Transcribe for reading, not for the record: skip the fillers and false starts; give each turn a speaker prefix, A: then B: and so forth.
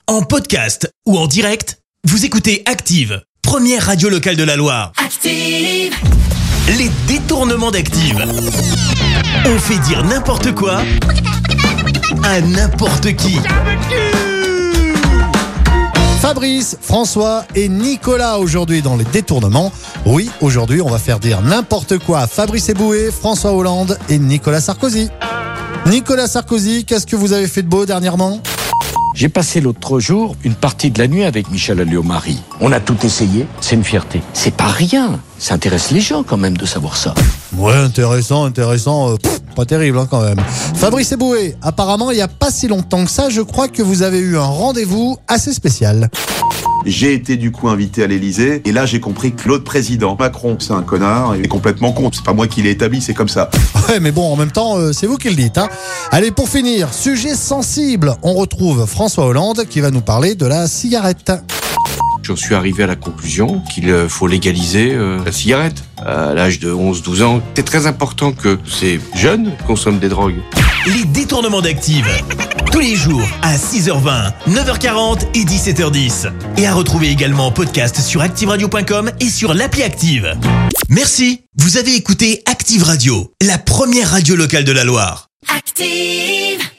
A: En podcast ou en direct, vous écoutez Active, première radio locale de la Loire.
B: Active.
A: Les détournements d'Active. On fait dire n'importe quoi à n'importe qui.
C: Fabrice, François et Nicolas aujourd'hui dans les détournements. Oui, aujourd'hui on va faire dire n'importe quoi à Fabrice Eboué, François Hollande et Nicolas Sarkozy. Nicolas Sarkozy, qu'est-ce que vous avez fait de beau dernièrement ?
D: J'ai passé l'autre jour une partie de la nuit avec Michel Alliot-Marie. On a tout essayé, c'est une fierté. C'est pas rien, ça intéresse les gens quand même de savoir ça.
C: Ouais, intéressant, pas terrible quand même. Fabrice Eboué, apparemment il n'y a pas si longtemps que ça, je crois que vous avez eu un rendez-vous assez spécial.
E: J'ai été du coup invité à l'Elysée et là j'ai compris que l'autre président, Macron, c'est un connard et est complètement con. C'est pas moi qui l'ai établi, c'est comme ça.
C: Ouais, mais bon, en même temps, c'est vous qui le dites. Allez, pour finir, sujet sensible, on retrouve François Hollande qui va nous parler de la cigarette.
F: J'en suis arrivé à la conclusion qu'il faut légaliser la cigarette à l'âge de 11-12 ans. C'est très important que ces jeunes consomment des drogues.
A: Les détournements d'Active. Tous les jours à 6h20, 9h40 et 17h10. Et à retrouver également en podcast sur activeradio.com et sur l'appli Active. Merci. Vous avez écouté Active Radio, la première radio locale de la Loire.
B: Active.